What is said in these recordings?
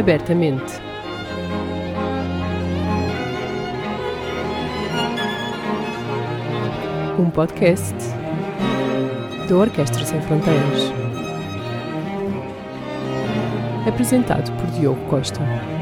Abertamente. Um podcast da Orquestra Sem Fronteiras. Apresentado por Diogo Costa.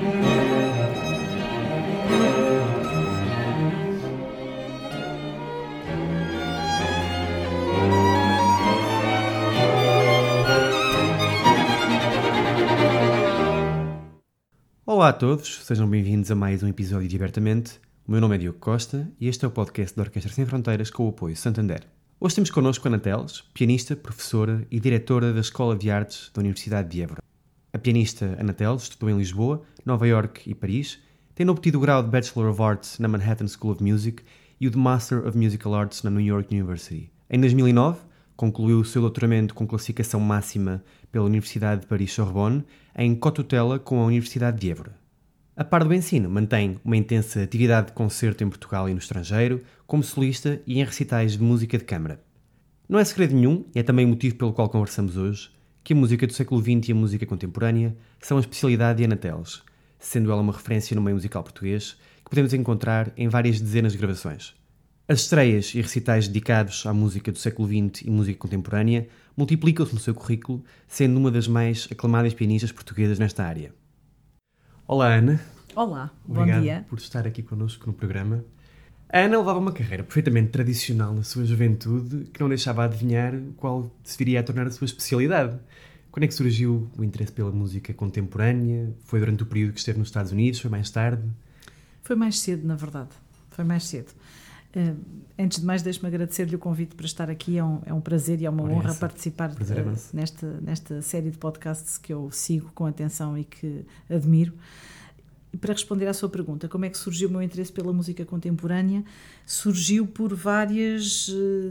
Olá a todos, sejam bem-vindos a mais um episódio de Abertamente. O meu nome é Diogo Costa e este é o podcast da Orquestra Sem Fronteiras com o apoio Santander. Hoje temos connosco a Ana Teles, pianista, professora e diretora da Escola de Artes da Universidade de Évora. A pianista Ana Teles estudou em Lisboa, Nova Iorque e Paris, tendo obtido o grau de Bachelor of Arts na Manhattan School of Music e o de Master of Musical Arts na New York University. Em 2009, concluiu o seu doutoramento com classificação máxima pela Universidade de Paris-Sorbonne em cotutela com a Universidade de Évora. A par do ensino, mantém uma intensa atividade de concerto em Portugal e no estrangeiro, como solista e em recitais de música de câmara. Não é segredo nenhum, e é também o motivo pelo qual conversamos hoje, que a música do século XX e a música contemporânea são a especialidade de Ana Teles, sendo ela uma referência no meio musical português que podemos encontrar em várias dezenas de gravações. As estreias e recitais dedicados à música do século XX e música contemporânea multiplicam-se no seu currículo, sendo uma das mais aclamadas pianistas portuguesas nesta área. Olá, Ana. Olá, Obrigado bom dia. por estar aqui connosco no programa. A Ana levava uma carreira perfeitamente tradicional na sua juventude que não deixava adivinhar qual se viria a tornar a sua especialidade. Quando é que surgiu o interesse pela música contemporânea? Foi durante o período que esteve nos Estados Unidos? Foi mais tarde? Foi mais cedo, na verdade. Foi mais cedo. Antes de mais, deixe-me agradecer-lhe o convite para estar aqui. É um prazer e é uma honra participar nesta série de podcasts que eu sigo com atenção e que admiro. E para responder à sua pergunta, como é que surgiu o meu interesse pela música contemporânea? Surgiu por vários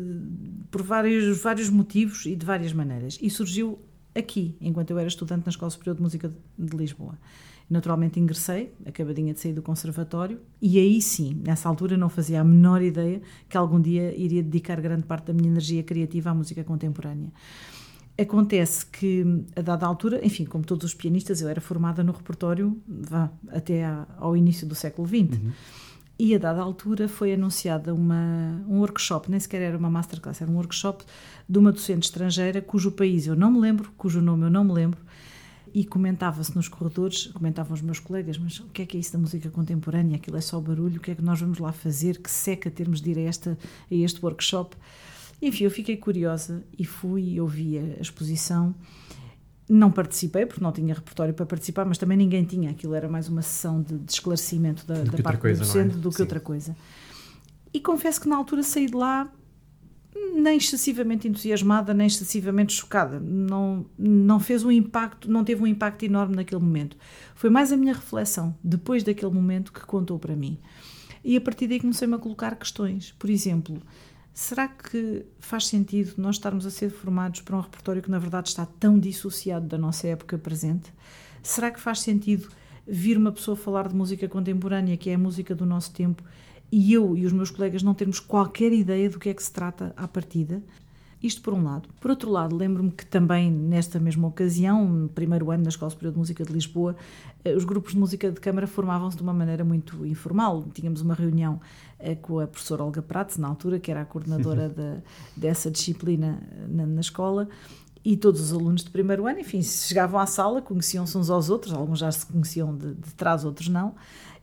motivos e de várias maneiras. E surgiu aqui, enquanto eu era estudante na Escola Superior de Música de Lisboa. Naturalmente ingressei, acabadinha de sair do conservatório, e aí sim, nessa altura não fazia a menor ideia que algum dia iria dedicar grande parte da minha energia criativa à música contemporânea. Acontece que, a dada altura, enfim, como todos os pianistas, eu era formada no repertório até ao início do século XX. E a dada altura foi anunciada um workshop, nem sequer era uma masterclass, era um workshop de uma docente estrangeira cujo país eu não me lembro, cujo nome eu não me lembro, e comentava-se nos corredores, comentavam os meus colegas, mas o que é isso da música contemporânea? Aquilo é só barulho, o que é que nós vamos lá fazer? Que seca termos de ir a este workshop. Enfim, eu fiquei curiosa e fui e ouvi a exposição. Não participei, porque não tinha repertório para participar, mas também ninguém tinha. Aquilo era mais uma sessão de esclarecimento da parte do docente do que outra coisa. E confesso que na altura saí de lá nem excessivamente entusiasmada, nem excessivamente chocada. Não fez um impacto, não teve um impacto enorme naquele momento. Foi mais a minha reflexão, depois daquele momento, que contou para mim. E a partir daí comecei-me a colocar questões. Por exemplo, será que faz sentido nós estarmos a ser formados para um repertório que na verdade está tão dissociado da nossa época presente? Será que faz sentido vir uma pessoa falar de música contemporânea, que é a música do nosso tempo, e eu e os meus colegas não termos qualquer ideia do que é que se trata à partida? Isto por um lado. Por outro lado, lembro-me que também nesta mesma ocasião, no primeiro ano na Escola Superior de Música de Lisboa, os grupos de música de câmara formavam-se de uma maneira muito informal. Tínhamos uma reunião com a professora Olga Prats, na altura, que era a coordenadora dessa disciplina na escola, e todos os alunos de primeiro ano, enfim, chegavam à sala, conheciam-se uns aos outros, alguns já se conheciam de trás, outros não,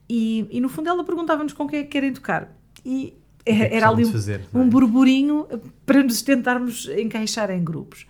e no fundo ela perguntava-nos com quem é que querem tocar. E era ali um burburinho para nos tentarmos encaixar em grupos.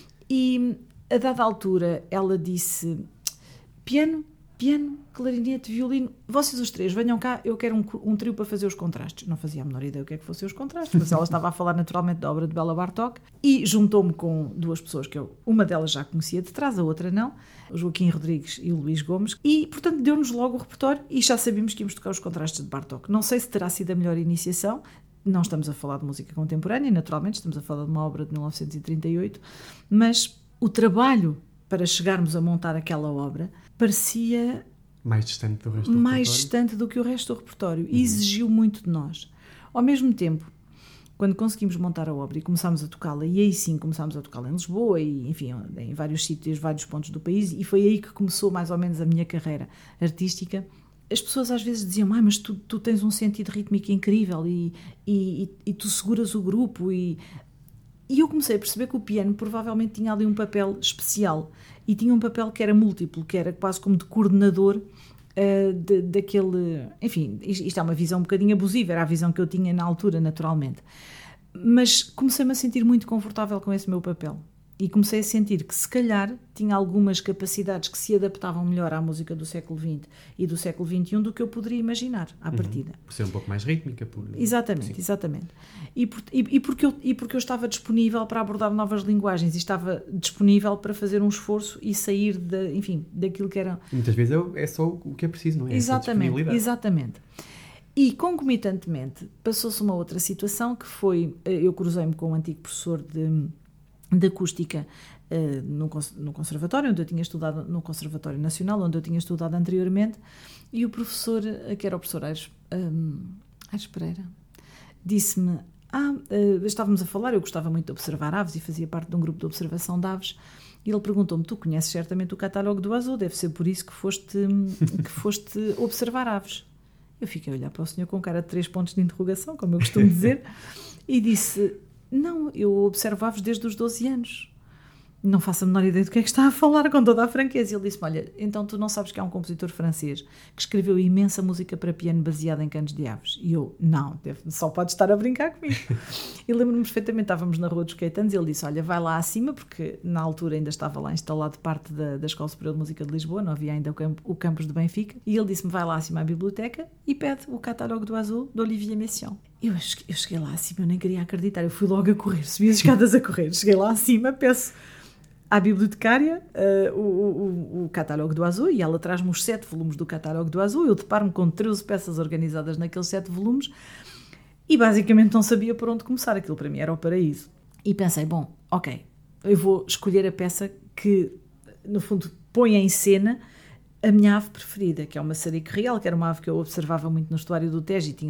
E a dada altura ela disse: piano, clarinete, violino, vocês os três venham cá, eu quero um trio para fazer os contrastes. Não fazia a menor ideia o que é que fossem os contrastes, mas ela estava a falar naturalmente da obra de Béla Bartók e juntou-me com duas pessoas que uma delas já conhecia de trás, a outra não, o Joaquim Rodrigues e o Luís Gomes, e portanto deu-nos logo o repertório e já sabíamos que íamos tocar os contrastes de Bartók. Não sei se terá sido a melhor iniciação, não estamos a falar de música contemporânea, naturalmente estamos a falar de uma obra de 1938, mas o trabalho para chegarmos a montar aquela obra parecia mais distante do que o resto do repertório e exigiu muito de nós. Ao mesmo tempo, quando conseguimos montar a obra e começámos a tocá-la, e aí sim começámos a tocá-la em Lisboa e, enfim, em vários sítios, vários pontos do país, e foi aí que começou mais ou menos a minha carreira artística. As pessoas às vezes diziam, mas tu tens um sentido rítmico incrível e tu seguras o grupo, e eu comecei a perceber que o piano provavelmente tinha ali um papel especial, e tinha um papel que era múltiplo, que era quase como de coordenador daquele... Enfim, isto é uma visão um bocadinho abusiva, era a visão que eu tinha na altura, naturalmente. Mas comecei-me a sentir muito confortável com esse meu papel. E comecei a sentir que, se calhar, tinha algumas capacidades que se adaptavam melhor à música do século XX e do século XXI do que eu poderia imaginar, à partida. Por ser um pouco mais rítmica. Exatamente. E porque eu estava disponível para abordar novas linguagens e estava disponível para fazer um esforço e sair, daquilo que era... Muitas vezes é só o que é preciso, não é? Exatamente. E, concomitantemente, passou-se uma outra situação que foi... Eu cruzei-me com um antigo professor de acústica no conservatório, onde eu tinha estudado, no Conservatório Nacional, onde eu tinha estudado anteriormente, e o professor, que era o professor Aires Pereira, disse-me, estávamos a falar, eu gostava muito de observar aves e fazia parte de um grupo de observação de aves, e ele perguntou-me, tu conheces certamente o catálogo do Oiseau, deve ser por isso que foste observar aves. Eu fiquei a olhar para o senhor com cara de 3 pontos de interrogação, como eu costumo dizer, e disse... Não, eu observo aves desde os 12 anos. Não faço a menor ideia do que é que está a falar, com toda a franqueza. E ele disse-me, olha, então tu não sabes que há um compositor francês que escreveu imensa música para piano baseada em cantos de aves? E eu, não, só pode estar a brincar comigo. E lembro-me perfeitamente, estávamos na Rua dos Caetanos e ele disse, olha, vai lá acima, porque na altura ainda estava lá instalado parte da Escola Superior de Música de Lisboa, não havia ainda o campus de Benfica, e ele disse-me, vai lá acima à biblioteca e pede o catálogo do Oiseau de Olivier Messiaen. Eu cheguei lá acima, eu nem queria acreditar, eu fui logo a correr, subi as escadas a correr, cheguei lá acima, peço à bibliotecária o catálogo do Oiseau, e ela traz-me os 7 volumes do catálogo do Oiseau, eu deparo-me com 13 peças organizadas naqueles 7 volumes, e basicamente não sabia por onde começar, aquilo para mim era o paraíso. E pensei, bom, ok, eu vou escolher a peça que, no fundo, põe em cena a minha ave preferida, que é uma sarique real, que era uma ave que eu observava muito no estuário do Tejo, e tinha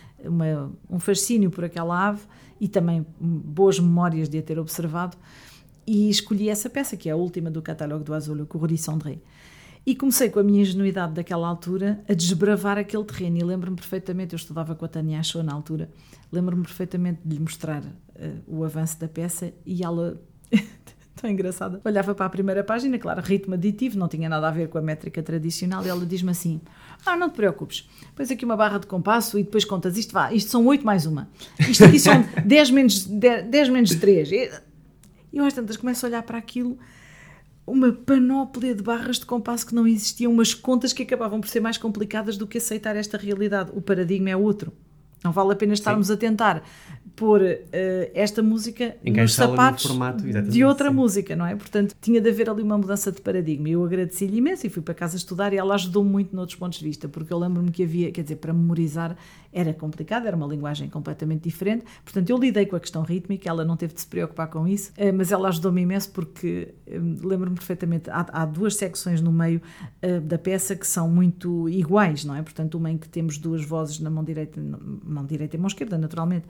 um fascínio por aquela ave e também boas memórias de a ter observado, e escolhi essa peça, que é a última do catálogo do Oiseau, Le Courrier Cendré. E comecei, com a minha ingenuidade daquela altura, a desbravar aquele terreno, e lembro-me perfeitamente, eu estudava com a Tânia Achou na altura, lembro-me perfeitamente de lhe mostrar o avanço da peça, e ela... tão engraçada, olhava para a primeira página, claro, ritmo aditivo, não tinha nada a ver com a métrica tradicional, e ela diz-me assim, não te preocupes, pões aqui uma barra de compasso e depois contas isto, isto são 8 mais 1, isto aqui são 10 menos 3, e eu às tantas começo a olhar para aquilo, uma panóplia de barras de compasso que não existiam, umas contas que acabavam por ser mais complicadas do que aceitar esta realidade. O paradigma é outro. Não vale a pena estarmos a tentar pôr esta música nos sapatos de outra música, não é? Portanto, tinha de haver ali uma mudança de paradigma. Eu agradeci-lhe imenso e fui para casa estudar, e ela ajudou-me muito noutros pontos de vista, porque eu lembro-me que havia, quer dizer, para memorizar era complicado, era uma linguagem completamente diferente. Portanto, eu lidei com a questão rítmica, ela não teve de se preocupar com isso, mas ela ajudou-me imenso, porque lembro-me perfeitamente, há 2 secções no meio da peça que são muito iguais, não é? Portanto, uma em que temos 2 vozes na mão direita e mão esquerda, naturalmente,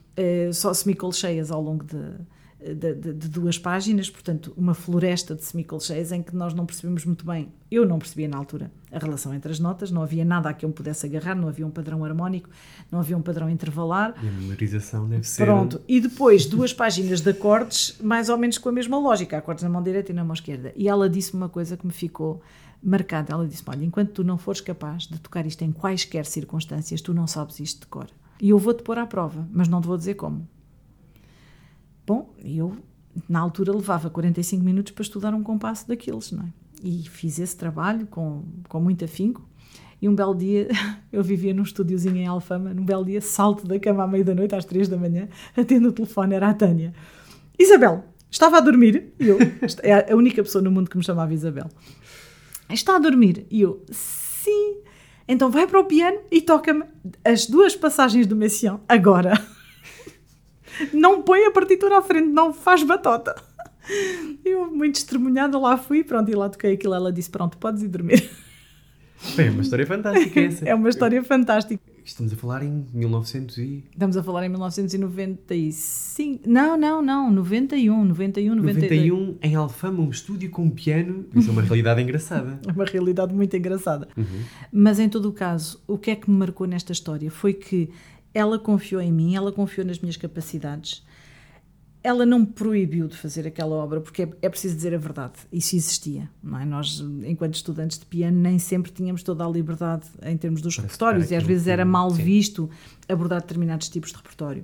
só semicolcheias ao longo de 2 páginas, portanto uma floresta de semicolcheias em que nós não percebemos muito bem, eu não percebia na altura a relação entre as notas, não havia nada a que eu me pudesse agarrar, não havia um padrão harmónico, não havia um padrão intervalar. E a memorização deve ser... Pronto, e depois 2 páginas de acordes, mais ou menos com a mesma lógica, acordes na mão direita e na mão esquerda. E ela disse-me uma coisa que me ficou marcada, ela disse-me, olha, enquanto tu não fores capaz de tocar isto em quaisquer circunstâncias, tu não sabes isto de cor. E eu vou-te pôr à prova, mas não te vou dizer como. Bom, eu, na altura, levava 45 minutos para estudar um compasso daqueles, não é? E fiz esse trabalho com muito afinco. E um belo dia, eu vivia num estúdiozinho em Alfama, num belo dia, salto da cama à meia da noite, às 3 da manhã, atendo o telefone, era a Tânia. Isabel, estava a dormir? E eu, é a única pessoa no mundo que me chamava Isabel. Está a dormir? E eu, sim. Então vai para o piano e toca-me as 2 passagens do Messiaen agora. Não põe a partitura à frente, não faz batota. Eu, muito estremunhada, lá fui, pronto, e lá toquei aquilo. Ela disse, pronto, podes ir dormir. Bem, é uma história fantástica essa. É uma história fantástica. Estamos a falar em 1900 e... Estamos a falar em 1995. Não, 91, 92. 91, em Alfama, um estúdio com um piano. Isso é uma realidade engraçada. É uma realidade muito engraçada. Uhum. Mas em todo o caso, o que é que me marcou nesta história foi que ela confiou em mim, ela confiou nas minhas capacidades. Ela não me proibiu de fazer aquela obra, porque é preciso dizer a verdade, isso existia, não é? Nós, enquanto estudantes de piano, nem sempre tínhamos toda a liberdade em termos dos repertórios, e às vezes era mal visto abordar determinados tipos de repertório.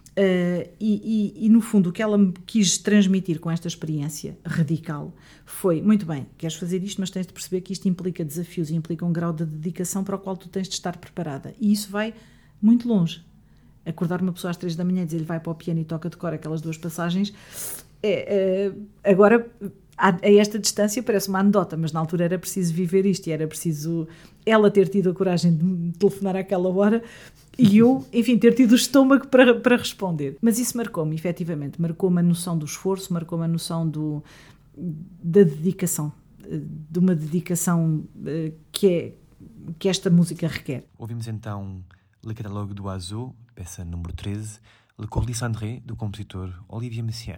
E no fundo, o que ela me quis transmitir com esta experiência radical foi, muito bem, queres fazer isto, mas tens de perceber que isto implica desafios e implica um grau de dedicação para o qual tu tens de estar preparada, e isso vai muito longe. Acordar uma pessoa às 3 da manhã e dizer-lhe vai para o piano e toca de cor aquelas 2 passagens, agora a esta distância parece uma anedota, mas na altura era preciso viver isto e era preciso ela ter tido a coragem de me telefonar àquela hora e eu, enfim, ter tido o estômago para responder. Mas isso marcou-me, efetivamente, marcou-me a noção do esforço, marcou-me a noção da dedicação, de uma dedicação que esta música requer. Ouvimos então Le Catalogue d'Oiseaux, peça número 13, Le Courlis Cendré, do compositor Olivier Messiaen.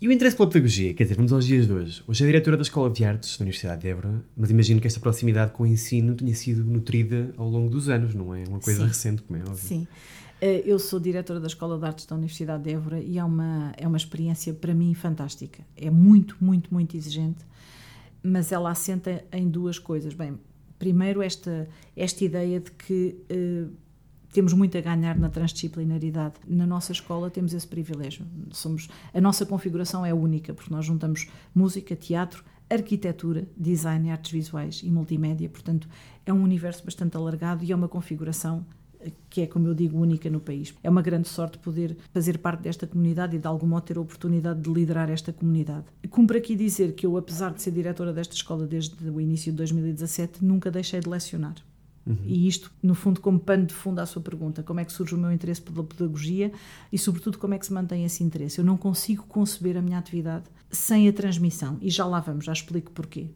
E o interesse pela pedagogia? Quer dizer, vamos aos dias de hoje. Hoje é diretora da Escola de Artes da Universidade de Évora, mas imagino que esta proximidade com o ensino tenha sido nutrida ao longo dos anos, não é uma coisa recente, como é óbvio. Sim. Eu sou diretora da Escola de Artes da Universidade de Évora e é uma experiência para mim fantástica. É muito, muito, muito exigente, mas ela assenta em duas coisas. Bem, primeiro esta ideia de que temos muito a ganhar na transdisciplinaridade. Na nossa escola temos esse privilégio. A nossa configuração é única, porque nós juntamos música, teatro, arquitetura, design, artes visuais e multimédia. Portanto, é um universo bastante alargado e é uma configuração que é, como eu digo, única no país. É uma grande sorte poder fazer parte desta comunidade e, de algum modo, ter a oportunidade de liderar esta comunidade. Cumpre aqui dizer que eu, apesar de ser diretora desta escola desde o início de 2017, nunca deixei de lecionar. E isto, no fundo, como pano de fundo à sua pergunta, como é que surge o meu interesse pela pedagogia e, sobretudo, como é que se mantém esse interesse. Eu não consigo conceber a minha atividade sem a transmissão, e já lá vamos, já explico porquê.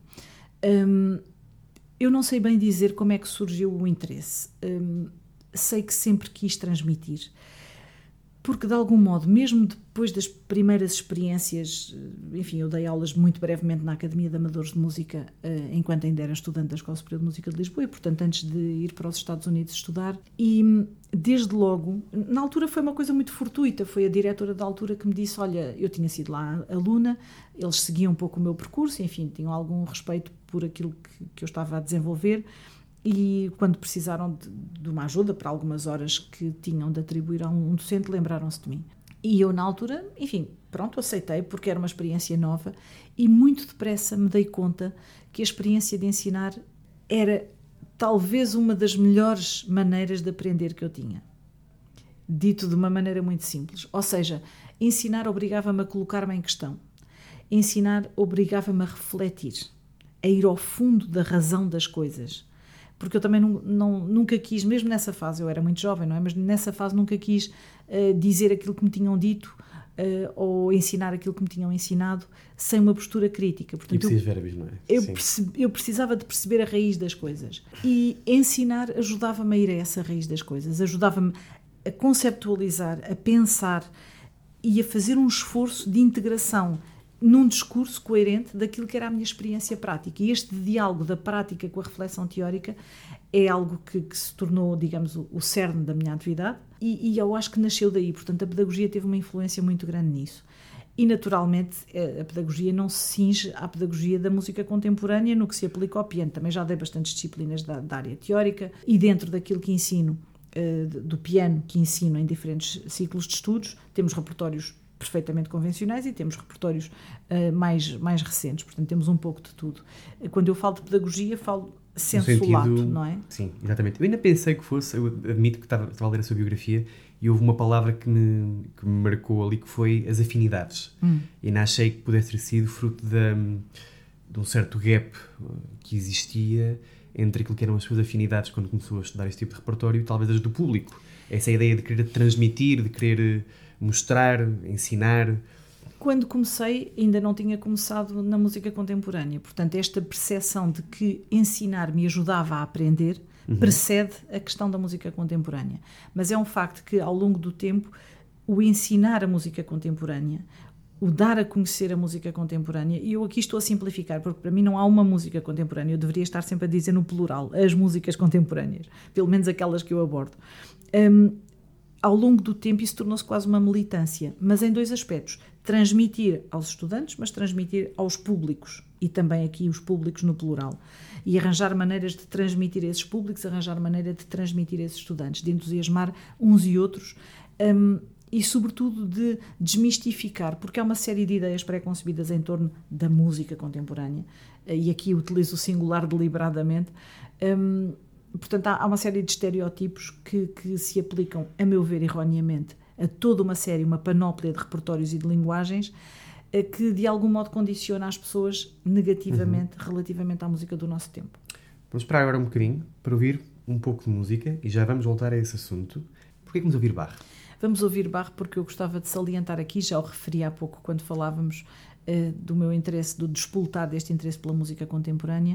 Eu não sei bem dizer como é que surgiu o interesse. Sei que sempre quis transmitir, porque de algum modo, mesmo depois das primeiras experiências, enfim, eu dei aulas muito brevemente na Academia de Amadores de Música, enquanto ainda era estudante da Escola Superior de Música de Lisboa, e portanto antes de ir para os Estados Unidos estudar, e desde logo, na altura foi uma coisa muito fortuita, foi a diretora da altura que me disse, olha, eu tinha sido lá aluna, eles seguiam um pouco o meu percurso, enfim, tinham algum respeito por aquilo que eu estava a desenvolver, e quando precisaram de uma ajuda para algumas horas que tinham de atribuir a um docente, lembraram-se de mim. E eu, na altura, enfim, pronto, aceitei, porque era uma experiência nova, e muito depressa me dei conta que a experiência de ensinar era talvez uma das melhores maneiras de aprender que eu tinha. Dito de uma maneira muito simples. Ou seja, ensinar obrigava-me a colocar-me em questão. Ensinar obrigava-me a refletir, a ir ao fundo da razão das coisas. Porque eu também nunca quis, mesmo nessa fase, eu era muito jovem, não é? Mas nessa fase nunca quis dizer aquilo que me tinham dito ou ensinar aquilo que me tinham ensinado sem uma postura crítica. Portanto, não é? Eu precisava de perceber a raiz das coisas. E ensinar ajudava-me a ir a essa raiz das coisas, ajudava-me a conceptualizar, a pensar e a fazer um esforço de integração num discurso coerente daquilo que era a minha experiência prática. E este diálogo da prática com a reflexão teórica é algo que se tornou, digamos, o cerne da minha atividade e eu acho que nasceu daí. Portanto, a pedagogia teve uma influência muito grande nisso. E, naturalmente, a pedagogia não se cinge à pedagogia da música contemporânea no que se aplica ao piano. Também já dei bastantes disciplinas da área teórica e dentro daquilo que ensino, do piano que ensino em diferentes ciclos de estudos, temos repertórios perfeitamente convencionais e temos repertórios mais recentes, portanto temos um pouco de tudo. Quando eu falo de pedagogia, falo senso lato, não é? Sim, exatamente. Eu ainda pensei que fosse, eu admito que estava a ler a sua biografia e houve uma palavra que me marcou ali, que foi as afinidades. E ainda achei que pudesse ter sido fruto de um certo gap que existia entre aquilo que eram as suas afinidades quando começou a estudar este tipo de repertório e talvez as do público. Essa ideia de querer transmitir, de querer mostrar, ensinar. Quando comecei, ainda não tinha começado na música contemporânea. Portanto, esta percepção de que ensinar me ajudava a aprender precede a questão da música contemporânea. Mas é um facto que, ao longo do tempo, o ensinar a música contemporânea, o dar a conhecer a música contemporânea, e eu aqui estou a simplificar, porque para mim não há uma música contemporânea, eu deveria estar sempre a dizer no plural, as músicas contemporâneas, pelo menos aquelas que eu abordo. Ao longo do tempo isso tornou-se quase uma militância, mas em dois aspectos: transmitir aos estudantes, mas transmitir aos públicos, e também aqui os públicos no plural, e arranjar maneiras de transmitir a esses públicos, arranjar maneira de transmitir a esses estudantes, de entusiasmar uns e outros, e sobretudo de desmistificar, porque há uma série de ideias pré-concebidas em torno da música contemporânea, e aqui utilizo o singular deliberadamente. Portanto, há uma série de estereótipos que se aplicam, a meu ver, erroneamente, a toda uma panóplia de repertórios e de linguagens que, de algum modo, condiciona as pessoas negativamente relativamente à música do nosso tempo. Vamos parar agora um bocadinho para ouvir um pouco de música e já vamos voltar a esse assunto. Porquê que vamos ouvir Bach? Vamos ouvir Bach porque eu gostava de salientar aqui, já o referi há pouco quando falávamos do meu interesse, do despoltar deste interesse pela música contemporânea.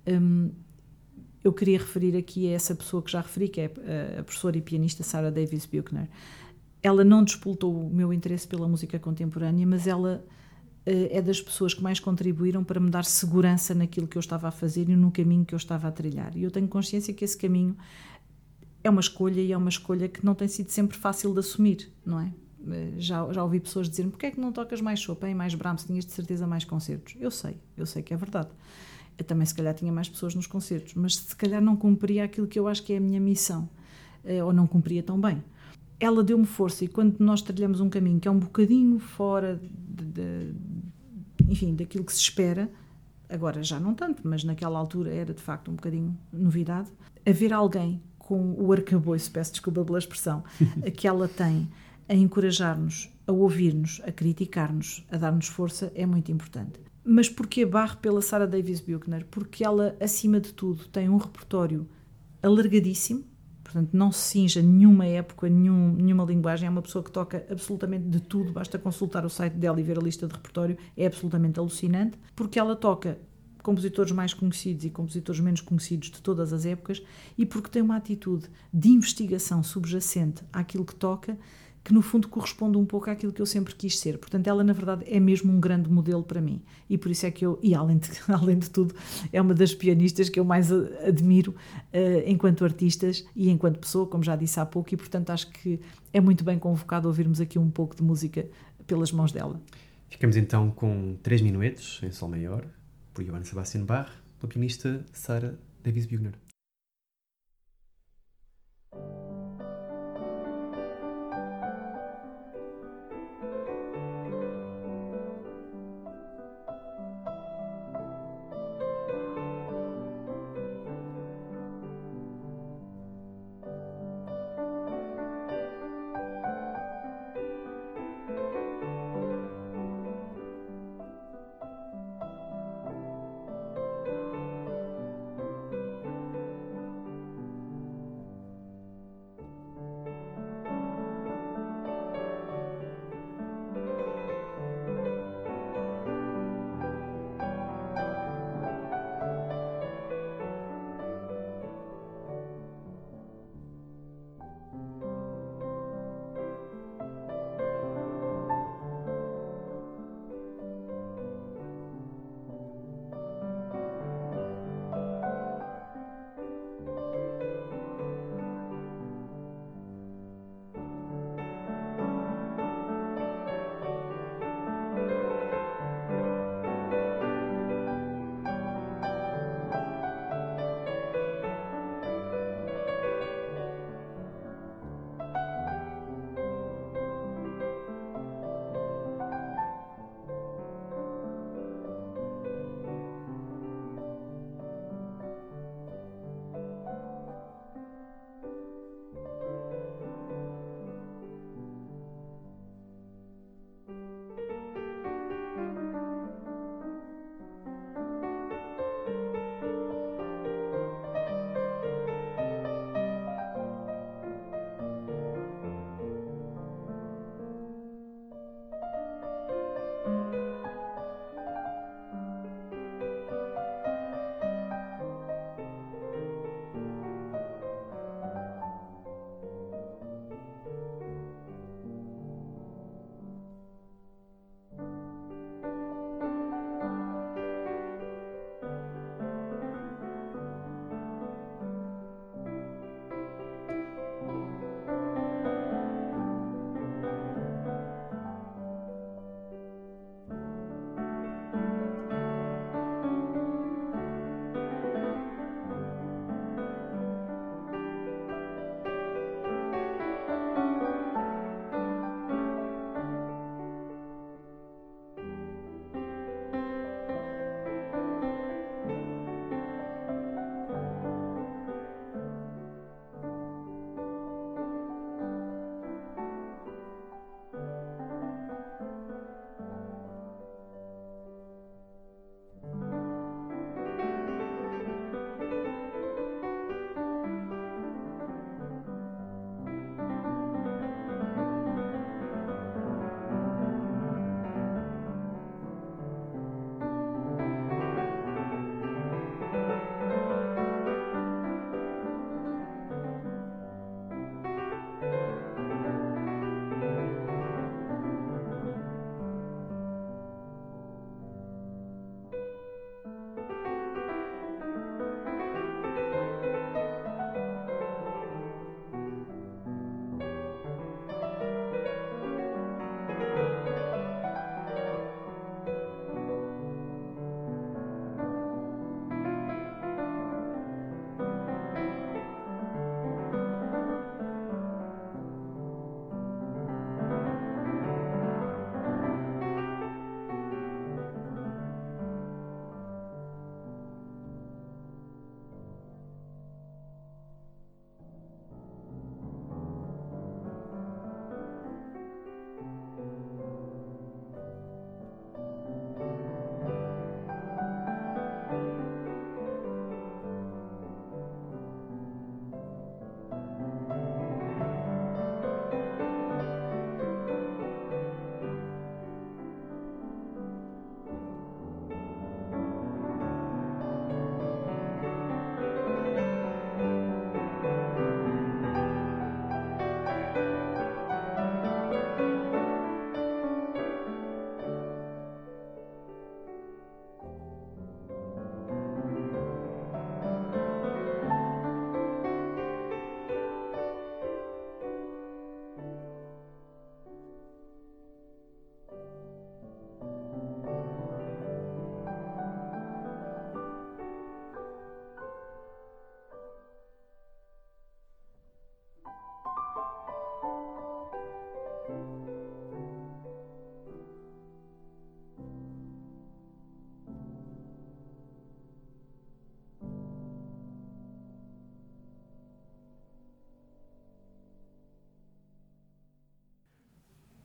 Eu queria referir aqui a essa pessoa que já referi, que é a professora e pianista Sarah Davis Buechner. Ela não despoltou o meu interesse pela música contemporânea, mas ela é das pessoas que mais contribuíram para me dar segurança naquilo que eu estava a fazer e no caminho que eu estava a trilhar. E eu tenho consciência que esse caminho é uma escolha, e é uma escolha que não tem sido sempre fácil de assumir, não é? Já ouvi pessoas dizerem: porque é que não tocas mais Chopin, mais Brahms, tinhas de certeza mais concertos? Eu sei que é verdade. Eu também se calhar tinha mais pessoas nos concertos, mas se calhar não cumpria aquilo que eu acho que é a minha missão, ou não cumpria tão bem. Ela deu-me força, e quando nós trilhamos um caminho que é um bocadinho fora enfim, daquilo que se espera, agora já não tanto, mas naquela altura era de facto um bocadinho novidade, haver alguém com o arcabouço, peço desculpa pela expressão, que ela tem, a encorajar-nos, a ouvir-nos, a criticar-nos, a dar-nos força, é muito importante. Mas porquê barro pela Sarah Davis Buckner? Porque ela, acima de tudo, tem um repertório alargadíssimo, portanto não se cinge a nenhuma época, nenhuma linguagem. É uma pessoa que toca absolutamente de tudo, basta consultar o site dela e ver a lista de repertório, é absolutamente alucinante, porque ela toca compositores mais conhecidos e compositores menos conhecidos de todas as épocas, e porque tem uma atitude de investigação subjacente àquilo que toca, que no fundo corresponde um pouco àquilo que eu sempre quis ser. Portanto, ela na verdade é mesmo um grande modelo para mim, e por isso é que eu, e além de tudo, é uma das pianistas que eu mais admiro enquanto artistas e enquanto pessoa, como já disse há pouco, e portanto acho que é muito bem convocado ouvirmos aqui um pouco de música pelas mãos dela. Ficamos então com 3 minuetos em sol maior, por Johann Sebastian Bach, pela pianista Sarah Davis Buckner.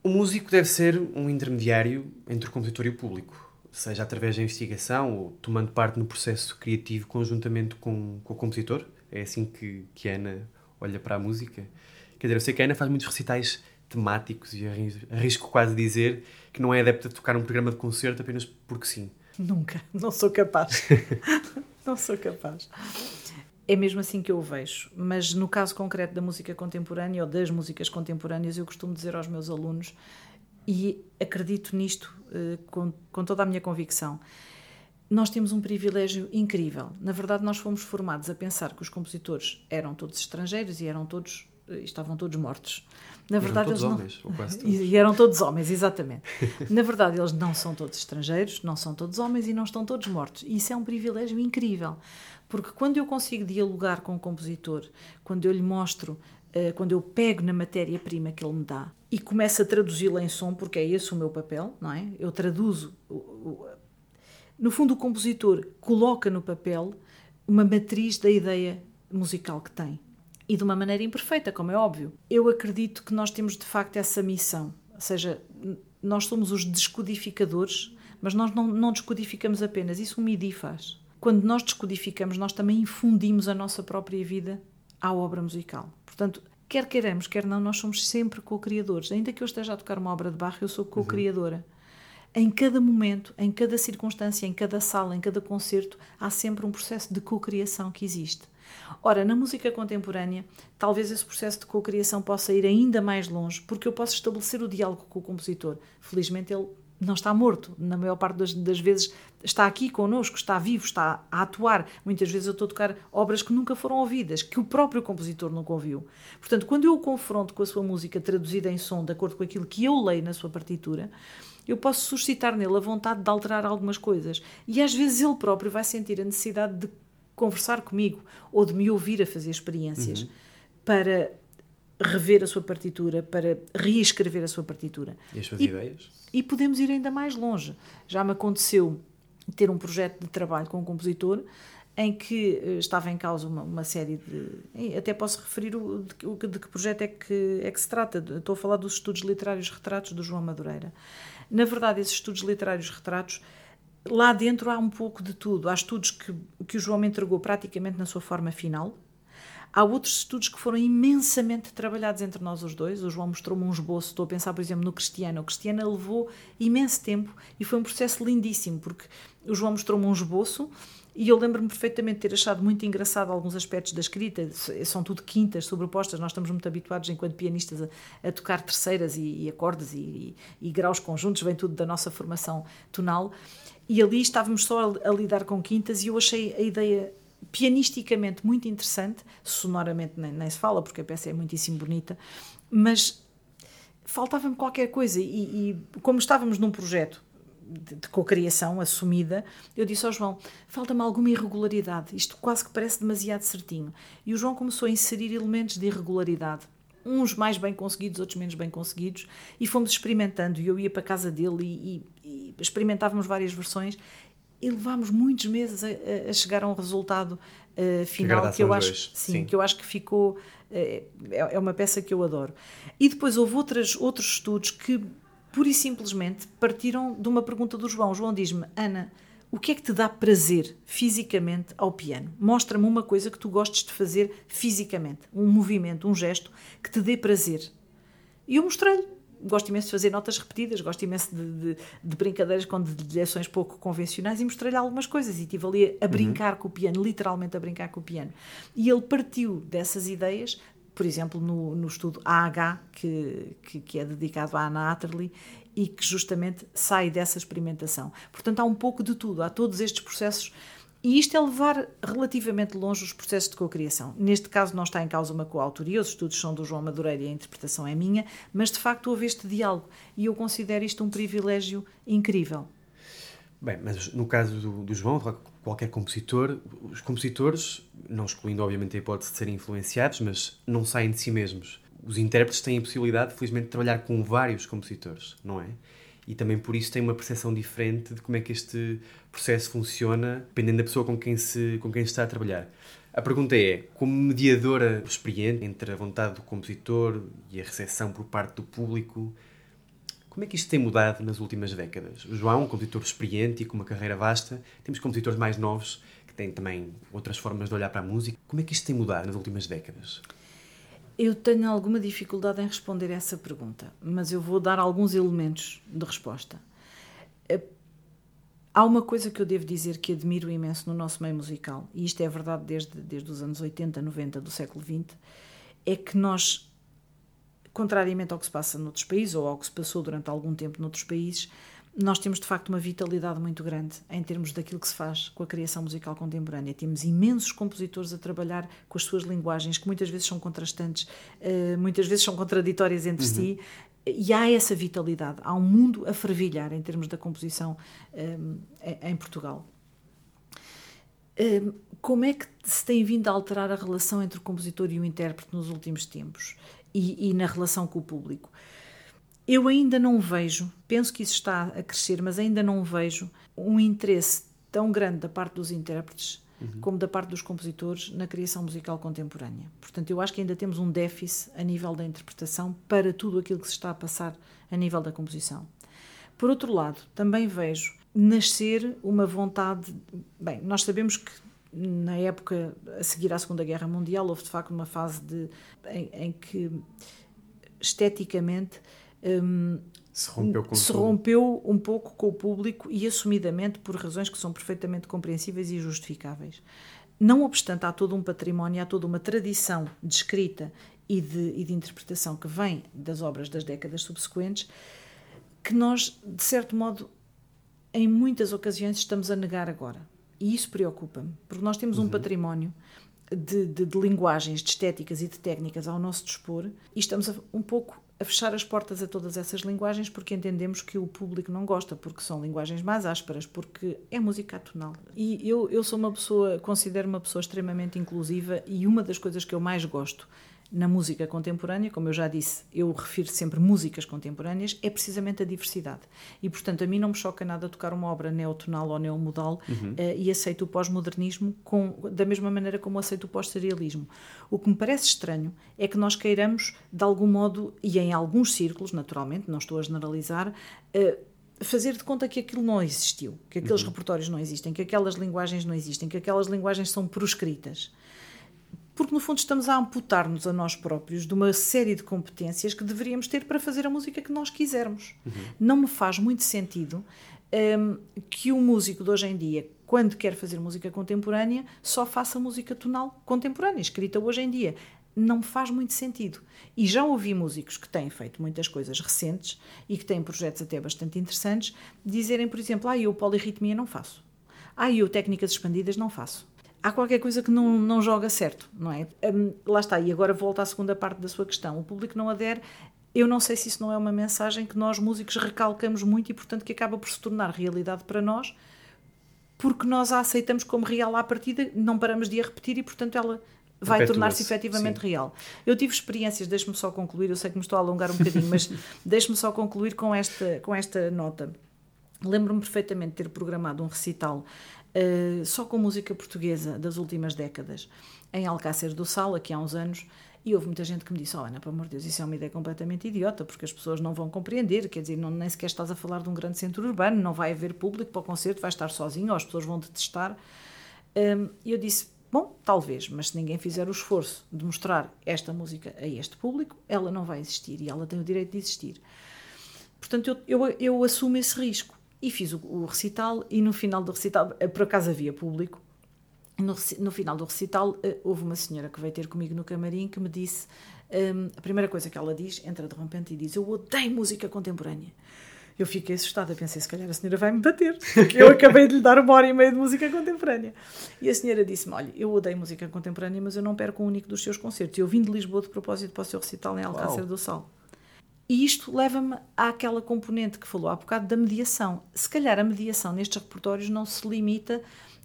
O músico deve ser um intermediário entre o compositor e o público, seja através da investigação ou tomando parte no processo criativo conjuntamente com o compositor. É assim que a Ana olha para a música. Quer dizer, eu sei que a Ana faz muitos recitais temáticos e arrisco quase dizer que não é adepta de tocar um programa de concerto apenas porque sim. Nunca, não sou capaz. Não sou capaz. É mesmo assim que eu o vejo, mas no caso concreto da música contemporânea ou das músicas contemporâneas, eu costumo dizer aos meus alunos, e acredito nisto com toda a minha convicção, nós temos um privilégio incrível. Na verdade, nós fomos formados a pensar que os compositores eram todos estrangeiros e estavam todos mortos. Na verdade, eram todos eles homens, ou quase todos. E eram todos homens, exatamente. Na verdade, eles não são todos estrangeiros, não são todos homens e não estão todos mortos. E isso é um privilégio incrível, porque quando eu consigo dialogar com o compositor, quando eu lhe mostro, quando eu pego na matéria-prima que ele me dá e começo a traduzi-la em som, porque é esse o meu papel, não é? Eu traduzo. No fundo, o compositor coloca no papel uma matriz da ideia musical que tem. E de uma maneira imperfeita, como é óbvio. Eu acredito que nós temos, de facto, essa missão. Ou seja, nós somos os descodificadores, mas nós não descodificamos apenas. Isso o MIDI faz. Quando nós descodificamos, nós também infundimos a nossa própria vida à obra musical. Portanto, quer queiramos, quer não, nós somos sempre co-criadores. Ainda que eu esteja a tocar uma obra de Bach, eu sou co-criadora. Em cada momento, em cada circunstância, em cada sala, em cada concerto, há sempre um processo de co-criação que existe. Ora, na música contemporânea, talvez esse processo de co-criação possa ir ainda mais longe, porque eu posso estabelecer o diálogo com o compositor. Felizmente ele não está morto, na maior parte das vezes está aqui connosco, está vivo, está a atuar. Muitas vezes eu estou a tocar obras que nunca foram ouvidas, que o próprio compositor nunca ouviu. Portanto, quando eu o confronto com a sua música traduzida em som, de acordo com aquilo que eu leio na sua partitura, eu posso suscitar nele a vontade de alterar algumas coisas. E às vezes ele próprio vai sentir a necessidade de conversar comigo ou de me ouvir a fazer experiências para rever a sua partitura, para reescrever a sua partitura. E as suas ideias? E podemos ir ainda mais longe. Já me aconteceu ter um projeto de trabalho com um compositor em que estava em causa uma série de... Até posso referir de que projeto é que se trata. Estou a falar dos estudos literários retratos do João Madureira. Na verdade, esses estudos literários retratos, lá dentro há um pouco de tudo. Há estudos que o João me entregou praticamente na sua forma final. Há outros estudos que foram imensamente trabalhados entre nós os dois. O João mostrou-me um esboço. Estou a pensar, por exemplo, no Cristiana. O Cristiana levou imenso tempo e foi um processo lindíssimo, porque o João mostrou-me um esboço e eu lembro-me perfeitamente de ter achado muito engraçado alguns aspectos da escrita. São tudo quintas sobrepostas. Nós estamos muito habituados, enquanto pianistas, a tocar terceiras e acordes e graus conjuntos. Vem tudo da nossa formação tonal. E ali estávamos só a lidar com quintas e eu achei a ideia pianisticamente muito interessante, sonoramente nem se fala, porque a peça é muitíssimo bonita, mas faltava-me qualquer coisa e como estávamos num projeto de cocriação assumida, eu disse ao João, falta-me alguma irregularidade, isto quase que parece demasiado certinho. E o João começou a inserir elementos de irregularidade, uns mais bem conseguidos, outros menos bem conseguidos, e fomos experimentando, e eu ia para a casa dele e experimentávamos várias versões, e levámos muitos meses a chegar a um resultado final que eu acho, sim, que eu acho que ficou... É uma peça que eu adoro. E depois houve outros estudos que, pura e simplesmente, partiram de uma pergunta do João. O João diz-me, Ana, o que é que te dá prazer fisicamente ao piano? Mostra-me uma coisa que tu gostes de fazer fisicamente, um movimento, um gesto que te dê prazer. E eu mostrei-lhe. Gosto imenso de fazer notas repetidas, gosto imenso de brincadeiras com direções pouco convencionais e mostrei-lhe algumas coisas e estive ali a brincar com o piano, literalmente a brincar com o piano. E ele partiu dessas ideias, por exemplo, no estudo AH, que é dedicado à Anna Atterley, e que justamente sai dessa experimentação. Portanto, há um pouco de tudo, há todos estes processos. E isto é levar relativamente longe os processos de cocriação. Neste caso não está em causa uma coautoria, os estudos são do João Madureira e a interpretação é minha, mas de facto houve este diálogo e eu considero isto um privilégio incrível. Bem, mas no caso do João, qualquer compositor, os compositores, não excluindo obviamente a hipótese de serem influenciados, mas não saem de si mesmos. Os intérpretes têm a possibilidade, felizmente, de trabalhar com vários compositores, não é? E também por isso têm uma percepção diferente de como é que este processo funciona, dependendo da pessoa com quem se está a trabalhar. A pergunta é, como mediadora experiente entre a vontade do compositor e a recepção por parte do público, Como é que isto tem mudado nas últimas décadas? O João, um compositor experiente e com uma carreira vasta, temos compositores mais novos que têm também outras formas de olhar para a música. Como é que isto tem mudado nas últimas décadas? Eu tenho alguma dificuldade em responder a essa pergunta, mas eu vou dar alguns elementos de resposta. Há uma coisa que eu devo dizer que admiro imenso no nosso meio musical, e isto é verdade desde os anos 80, 90 do século XX, é que nós, contrariamente ao que se passa noutros países, ou ao que se passou durante algum tempo noutros países, nós temos de facto uma vitalidade muito grande em termos daquilo que se faz com a criação musical contemporânea. Temos imensos compositores a trabalhar com as suas linguagens, que muitas vezes são contrastantes, muitas vezes são contraditórias entre si, e há essa vitalidade, há um mundo a fervilhar em termos da composição em Portugal. Como é que se tem vindo a alterar a relação entre o compositor e o intérprete nos últimos tempos e na relação com o público? Eu ainda não vejo, penso que isso está a crescer, mas ainda não vejo um interesse tão grande da parte dos intérpretes como da parte dos compositores na criação musical contemporânea. Portanto, eu acho que ainda temos um déficit a nível da interpretação para tudo aquilo que se está a passar a nível da composição. Por outro lado, também vejo nascer uma vontade... Bem, nós sabemos que na época a seguir à Segunda Guerra Mundial houve de facto uma fase em que esteticamente se rompeu um pouco com o público e assumidamente por razões que são perfeitamente compreensíveis e justificáveis. Não obstante, há todo um património, há toda uma tradição de escrita e de interpretação que vem das obras das décadas subsequentes que nós, de certo modo, em muitas ocasiões estamos a negar agora. E isso preocupa-me, porque nós temos um património de linguagens, de estéticas e de técnicas ao nosso dispor e estamos um pouco a fechar as portas a todas essas linguagens porque entendemos que o público não gosta, porque são linguagens mais ásperas, porque é música atonal. E eu sou considero uma pessoa extremamente inclusiva e uma das coisas que eu mais gosto na música contemporânea, como eu já disse, eu refiro sempre músicas contemporâneas, é precisamente a diversidade. E, portanto, a mim não me choca nada tocar uma obra neotonal ou neomodal e aceito o pós-modernismo da mesma maneira como aceito o pós-serialismo. O que me parece estranho é que nós queiramos, de algum modo, e em alguns círculos, naturalmente, não estou a generalizar, fazer de conta que aquilo não existiu, que aqueles repertórios não existem, que aquelas linguagens não existem, que aquelas linguagens são proscritas. Porque, no fundo, estamos a amputar-nos a nós próprios de uma série de competências que deveríamos ter para fazer a música que nós quisermos. Não me faz muito sentido que um músico de hoje em dia, quando quer fazer música contemporânea, só faça música tonal contemporânea, escrita hoje em dia. Não me faz muito sentido. E já ouvi músicos que têm feito muitas coisas recentes e que têm projetos até bastante interessantes, dizerem, por exemplo, eu polirritmia não faço. Eu técnicas expandidas não faço. Há qualquer coisa que não joga certo, não é? Lá está, e agora volto à segunda parte da sua questão. O público não adere. Eu não sei se isso não é uma mensagem que nós, músicos, recalcamos muito e, portanto, que acaba por se tornar realidade para nós, porque nós a aceitamos como real à partida, não paramos de a repetir e, portanto, ela vai tornar-se efetivamente real. Eu tive experiências, deixe-me só concluir, eu sei que me estou a alongar um bocadinho, mas deixe-me só concluir com esta nota. Lembro-me perfeitamente de ter programado um recital só com música portuguesa das últimas décadas, em Alcácer do Sal, aqui há uns anos, e houve muita gente que me disse, Ana, pelo amor de Deus, isso é uma ideia completamente idiota, porque as pessoas não vão compreender, quer dizer, nem sequer estás a falar de um grande centro urbano, não vai haver público para o concerto, vais estar sozinho, ou as pessoas vão detestar. E eu disse, bom, talvez, mas se ninguém fizer o esforço de mostrar esta música a este público, ela não vai existir, e ela tem o direito de existir. Portanto, eu assumo esse risco. E fiz o recital, e no final do recital, por acaso havia público, no final do recital houve uma senhora que veio ter comigo no camarim que me disse, a primeira coisa que ela diz, entra de repente e diz, eu odeio música contemporânea. Eu fiquei assustada, pensei, se calhar a senhora vai me bater, porque eu acabei de lhe dar 1h30 de música contemporânea. E a senhora disse-me, olha, eu odeio música contemporânea, mas eu não perco um único dos seus concertos. Eu vim de Lisboa de propósito para o seu recital em Alcácer do Sal. E isto leva-me àquela componente que falou há bocado da mediação. Se calhar a mediação nestes repertórios não se limita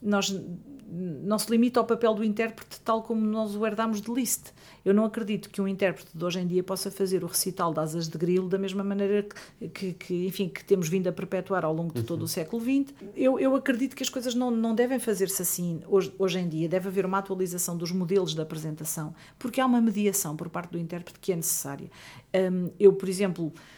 ao papel do intérprete tal como nós o herdámos de Liszt. Eu não acredito que um intérprete de hoje em dia possa fazer o recital de Asas de Grilo da mesma maneira que temos vindo a perpetuar ao longo de todo o século XX. Eu acredito que as coisas não devem fazer-se assim hoje em dia. Deve haver uma atualização dos modelos de apresentação, porque há uma mediação por parte do intérprete que é necessária. Eu, por exemplo,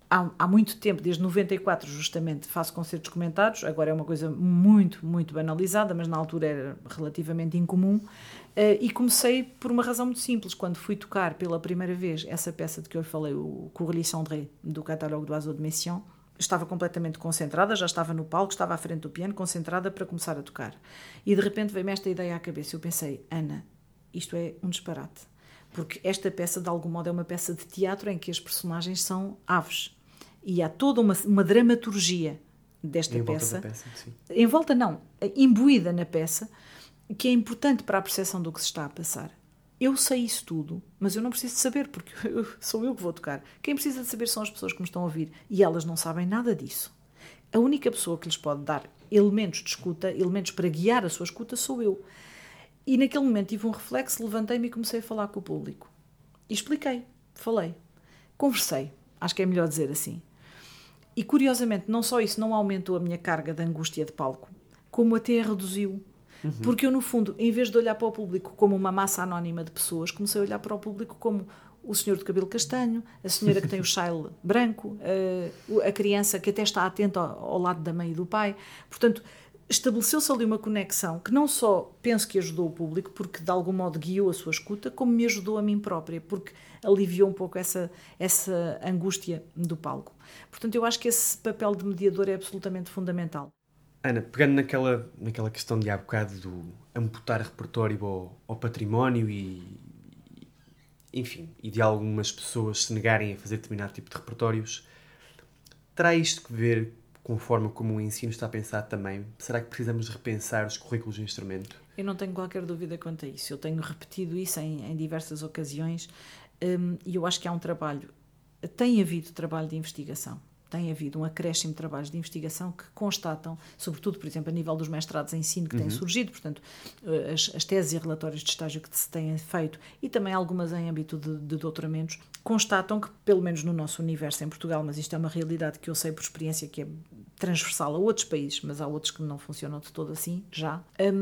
há muito tempo, desde 94 justamente, faço concertos comentados, agora é uma coisa muito, muito banalizada, mas na altura era relativamente incomum, e comecei por uma razão muito simples. Quando fui tocar pela primeira vez essa peça de que eu falei, o Courlis Cendré, do Catalogue d'Oiseaux de Messiaen, estava completamente concentrada, já estava no palco, estava à frente do piano, concentrada para começar a tocar. E de repente veio-me esta ideia à cabeça. Eu pensei, Ana, isto é um disparate. Porque esta peça, de algum modo, é uma peça de teatro em que as personagens são aves. E há toda uma dramaturgia desta peça. Em volta, não. Imbuída na peça, que é importante para a percepção do que se está a passar. Eu sei isso tudo, mas eu não preciso de saber, porque sou eu que vou tocar. Quem precisa de saber são as pessoas que me estão a ouvir. E elas não sabem nada disso. A única pessoa que lhes pode dar elementos de escuta, elementos para guiar a sua escuta, sou eu. E naquele momento tive um reflexo, levantei-me e comecei a falar com o público. E expliquei, falei, conversei, acho que é melhor dizer assim. E curiosamente, não só isso não aumentou a minha carga de angústia de palco, como até a reduziu. Porque eu, no fundo, em vez de olhar para o público como uma massa anónima de pessoas, comecei a olhar para o público como o senhor de cabelo castanho, a senhora que tem o chale branco, a criança que até está atenta ao lado da mãe e do pai. Portanto, estabeleceu-se ali uma conexão que não só penso que ajudou o público, porque de algum modo guiou a sua escuta, como me ajudou a mim própria, porque aliviou um pouco essa angústia do palco. Portanto, eu acho que esse papel de mediador é absolutamente fundamental. Ana, pegando naquela questão de há bocado do amputar repertório ao património enfim, e de algumas pessoas se negarem a fazer determinado tipo de repertórios, terá isto que ver com a forma como o ensino está pensado também? Será que precisamos de repensar os currículos de instrumento? Eu não tenho qualquer dúvida quanto a isso. Eu tenho repetido isso em diversas ocasiões, e eu acho que há um trabalho, tem havido trabalho de investigação. Tem havido um acréscimo de trabalhos de investigação que constatam, sobretudo, por exemplo, a nível dos mestrados em ensino que têm surgido, portanto, as teses e relatórios de estágio que se têm feito e também algumas em âmbito de doutoramentos, constatam que, pelo menos no nosso universo em Portugal, mas isto é uma realidade que eu sei por experiência que é transversal a outros países, mas há outros que não funcionam de todo assim, já,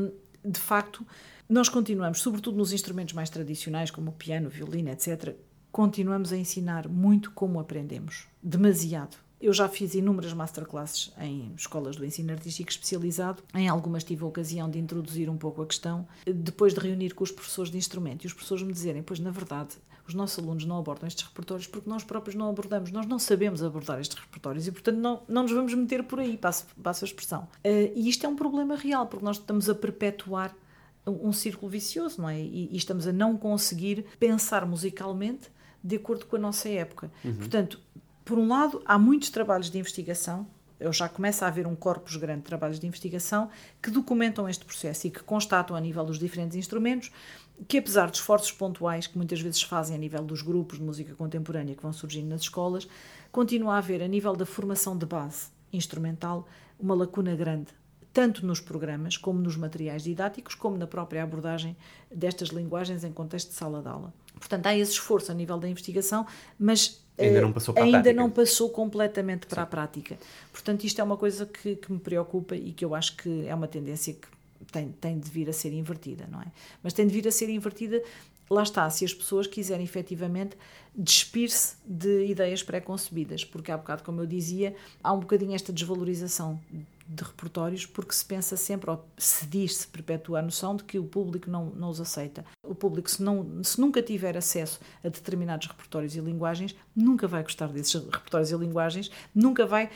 de facto, nós continuamos, sobretudo nos instrumentos mais tradicionais, como o piano, o violino, etc., continuamos a ensinar muito como aprendemos, demasiado. Eu já fiz inúmeras masterclasses em escolas do ensino artístico especializado. Em algumas tive a ocasião de introduzir um pouco a questão, depois de reunir com os professores de instrumento e os professores me dizerem, pois na verdade, os nossos alunos não abordam estes repertórios porque nós próprios não abordamos, nós não sabemos abordar estes repertórios e, portanto, não nos vamos meter por aí, passo a expressão. E isto é um problema real, porque nós estamos a perpetuar um círculo vicioso, não é? E estamos a não conseguir pensar musicalmente de acordo com a nossa época. Portanto, por um lado, há muitos trabalhos de investigação, eu já começo a haver um corpus grande de trabalhos de investigação que documentam este processo e que constatam a nível dos diferentes instrumentos que, apesar de esforços pontuais que muitas vezes se fazem a nível dos grupos de música contemporânea que vão surgindo nas escolas, continua a haver, a nível da formação de base instrumental, uma lacuna grande, tanto nos programas, como nos materiais didáticos, como na própria abordagem destas linguagens em contexto de sala de aula. Portanto, há esse esforço a nível da investigação, mas ainda não passou para a prática. Não passou completamente para a prática. Portanto, isto é uma coisa que me preocupa e que eu acho que é uma tendência que tem de vir a ser invertida, não é? Mas tem de vir a ser invertida, lá está, se as pessoas quiserem efetivamente despir-se de ideias pré-concebidas, porque há bocado, como eu dizia, há um bocadinho esta desvalorização de repertórios, porque se pensa sempre, ou se perpetua a noção de que o público não os aceita. O público, se nunca tiver acesso a determinados repertórios e linguagens, nunca vai gostar desses repertórios e linguagens, nunca vai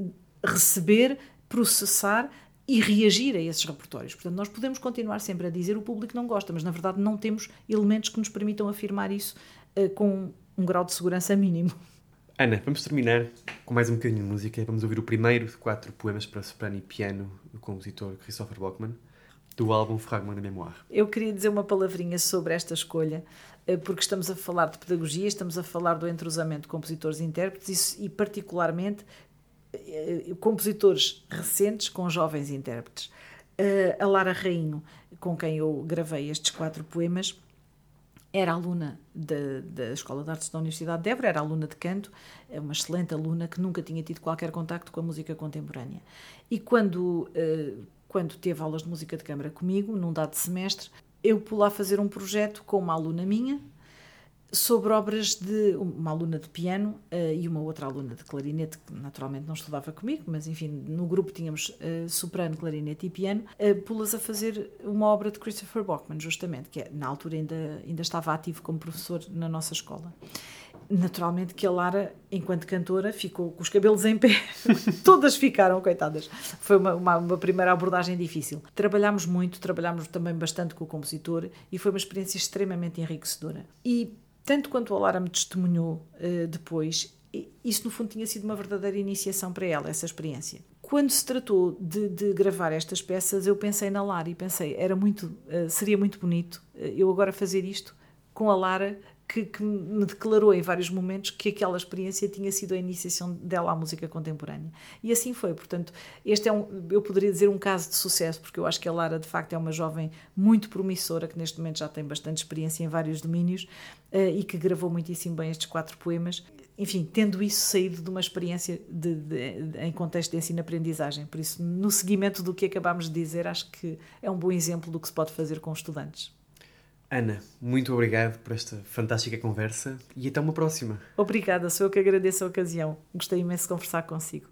receber, processar e reagir a esses repertórios. Portanto, nós podemos continuar sempre a dizer o público não gosta, mas na verdade não temos elementos que nos permitam afirmar isso com um grau de segurança mínimo. Ana, vamos terminar com mais um bocadinho de música. Vamos ouvir o primeiro de 4 poemas para soprano e piano do compositor Christopher Blockmann, do álbum Fragment de Mémoire. Eu queria dizer uma palavrinha sobre esta escolha, porque estamos a falar de pedagogia, estamos a falar do entrosamento de compositores e intérpretes e particularmente compositores recentes com jovens intérpretes. A Lara Rainho, com quem eu gravei estes 4 poemas, era aluna da Escola de Artes da Universidade de Évora, era aluna de canto, é uma excelente aluna que nunca tinha tido qualquer contacto com a música contemporânea. E quando teve aulas de música de câmara comigo, num dado semestre, eu pude lá fazer um projeto com uma aluna minha sobre obras de uma aluna de piano e uma outra aluna de clarinete, que naturalmente não estudava comigo, mas enfim, no grupo tínhamos soprano, clarinete e piano, pô-las a fazer uma obra de Christopher Bachman, justamente, que na altura ainda estava ativo como professor na nossa escola. Naturalmente que a Lara, enquanto cantora, ficou com os cabelos em pé. Todas ficaram, coitadas. Foi uma primeira abordagem difícil. Trabalhámos também bastante com o compositor e foi uma experiência extremamente enriquecedora. E tanto quanto a Lara me testemunhou depois, isso no fundo tinha sido uma verdadeira iniciação para ela, essa experiência. Quando se tratou de gravar estas peças, eu pensei na Lara e pensei, seria muito bonito eu agora fazer isto com a Lara, que me declarou em vários momentos que aquela experiência tinha sido a iniciação dela à música contemporânea. E assim foi. Portanto, este eu poderia dizer um caso de sucesso, porque eu acho que a Lara, de facto, é uma jovem muito promissora, que neste momento já tem bastante experiência em vários domínios e que gravou muitíssimo bem estes 4 poemas. Enfim, tendo isso saído de uma experiência em contexto de ensino-aprendizagem. Por isso, no seguimento do que acabámos de dizer, acho que é um bom exemplo do que se pode fazer com estudantes. Ana, muito obrigado por esta fantástica conversa e até uma próxima. Obrigada, sou eu que agradeço a ocasião. Gostei imenso de conversar consigo.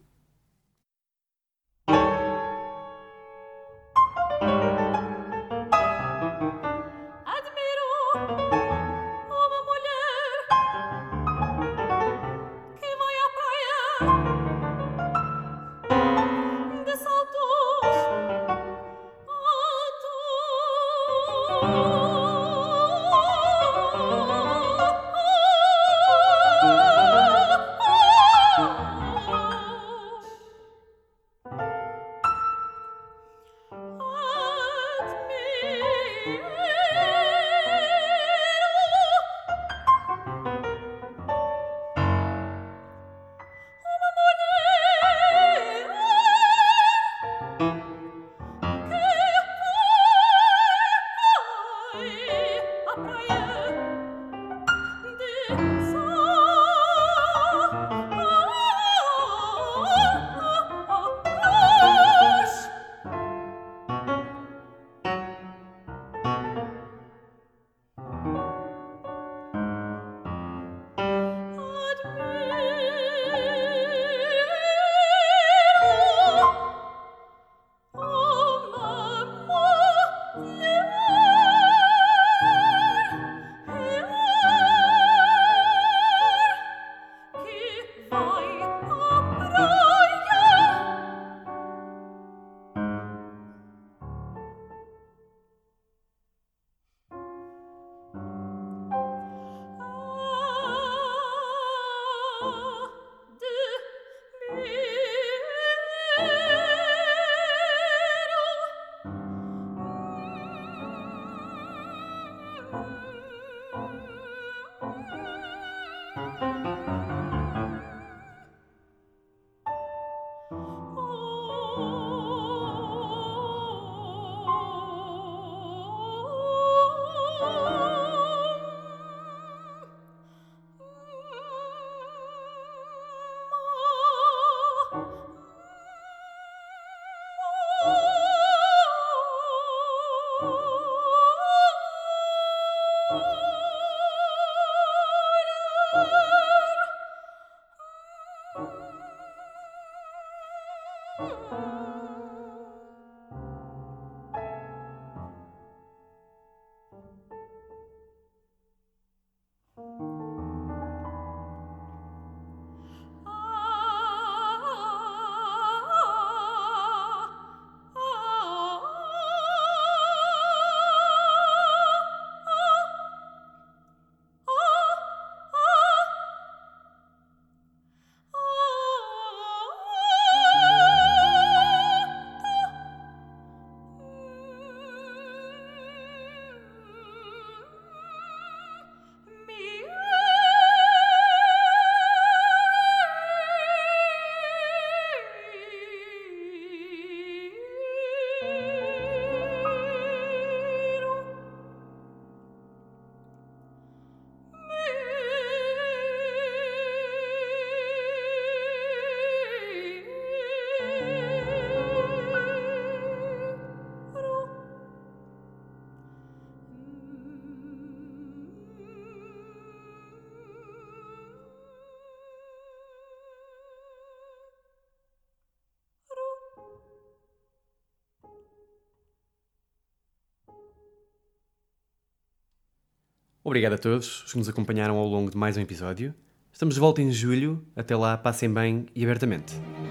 Obrigado a todos os que nos acompanharam ao longo de mais um episódio. Estamos de volta em julho. Até lá, passem bem e abertamente.